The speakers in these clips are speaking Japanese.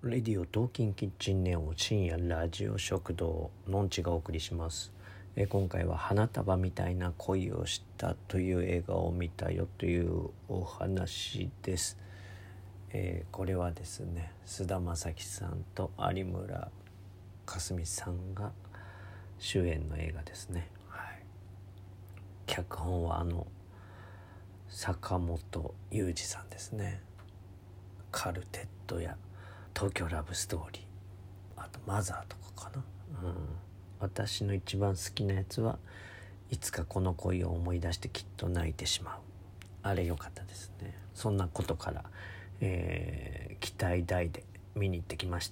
レディオトーキンキッチンネオ深夜ラジオ食堂のんちがお送りします。今回は花束みたいな恋をしたという映画を見たよというお話です。これはですね、菅田将暉さんと有村架純さんが主演の映画ですね。脚本は坂本雄二さんですね。カルテットや東京ラブストーリー、あとマザーとかかな、私の一番好きなやつはいつかこの恋を思い出してきっと泣いてしまう、あれ良かったですね。そんなことから、期待大で見に行ってきました。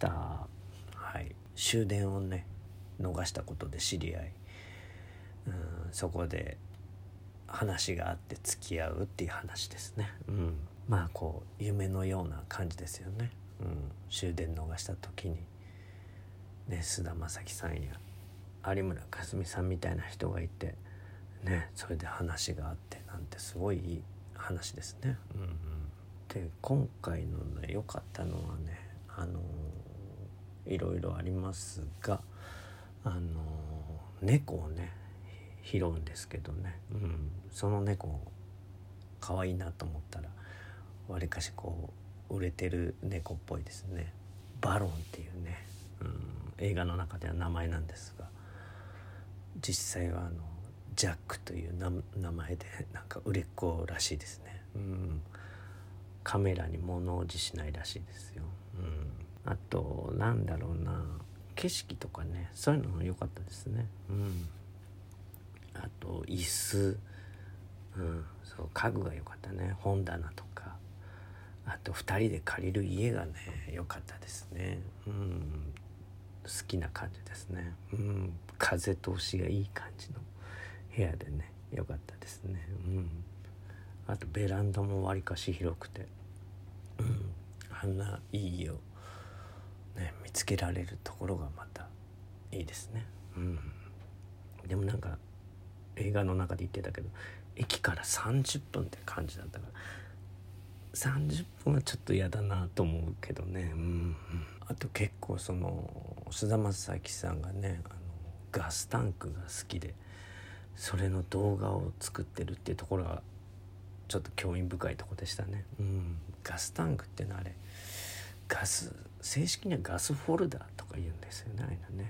終電をね逃したことで知り合い、そこで話があって付き合うっていう話ですね。まあこう夢のような感じですよね。終電逃した時にね、菅田将暉さんや有村架純さんみたいな人がいてね、それで話があってなんてすごいいい話ですね。で今回のね良かったのはね、いろいろありますが、猫をね拾うんですけどね、その猫可愛いなと思ったらわりかしこう売れてる猫っぽいですね。バロンっていうね、映画の中では名前なんですが、実際はジャックという名前でなんか売れっ子らしいですね。カメラに物おじしないらしいですよ。あとなんだろうな、景色とかね、そういうのも良かったですね。あと椅子、そう家具が良かったね。本棚とか、あと2人で借りる家がね良かったですね。好きな感じですね。風通しがいい感じの部屋でね良かったですね。あとベランダもわりかし広くて、あんないい家をね見つけられるところがまたいいですね。でもなんか映画の中で言ってたけど、駅から30分って感じだったから30分はちょっと嫌だなと思うけどね。あと結構その菅田将暉さんがねガスタンクが好きで、それの動画を作ってるっていうところがちょっと興味深いところでしたね。ガスタンクってのはあれガス、正式にはガスフォルダーとか言うんですよね、あれね。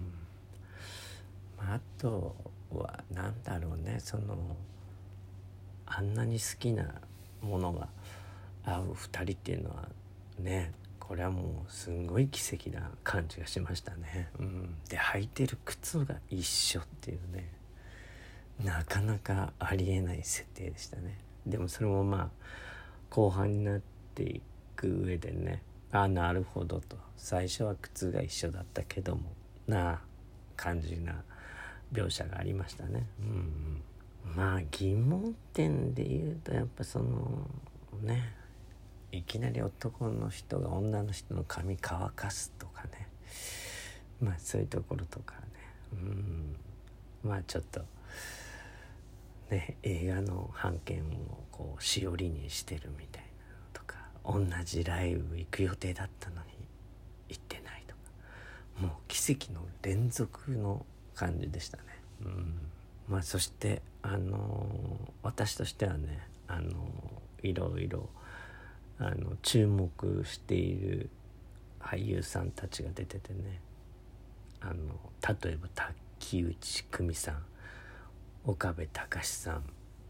あとはなんだろうね、そのあんなに好きなものが合う2人っていうのはね、これはもうすんごい奇跡な感じがしましたね。で履いてる靴が一緒っていうね、なかなかありえない設定でしたね。でもそれもまあ後半になっていく上でね、なるほどと、最初は靴が一緒だったけどもな感じな描写がありましたね。まあ疑問点で言うとやっぱそのね、いきなり男の人が女の人の髪乾かすとかね、まあそういうところとかね、まあちょっとね映画の版権をこうしおりにしてるみたいなのとか、同じライブ行く予定だったのに行ってないとか、もう奇跡の連続の感じでしたね。まあそして私としてはねいろいろ注目している俳優さんたちが出ててね、例えば滝内久美さん、岡部隆さん、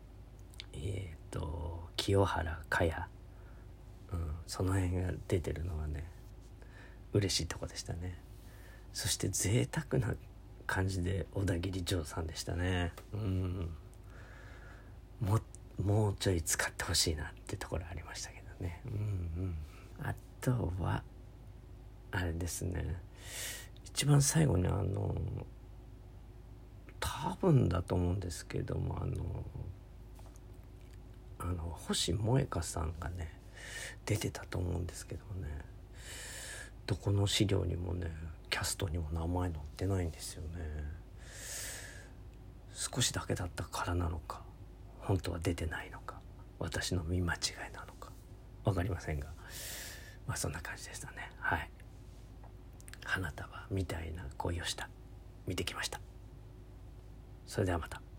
清原果耶、その辺が出てるのはね嬉しいとこでしたね。そして贅沢な感じで小田切丈さんでしたね。もうちょい使ってほしいなってところありましたけどね。あとはあれですね、一番最後に多分だと思うんですけども、星萌香さんがね出てたと思うんですけどもね、どこの資料にもねキャストにも名前載ってないんですよね。少しだけだったからなのか、本当は出てないのか、私の見間違いなのか分かりませんが、まあそんな感じでしたね。 花束みたいな恋をした見てきました。それではまた。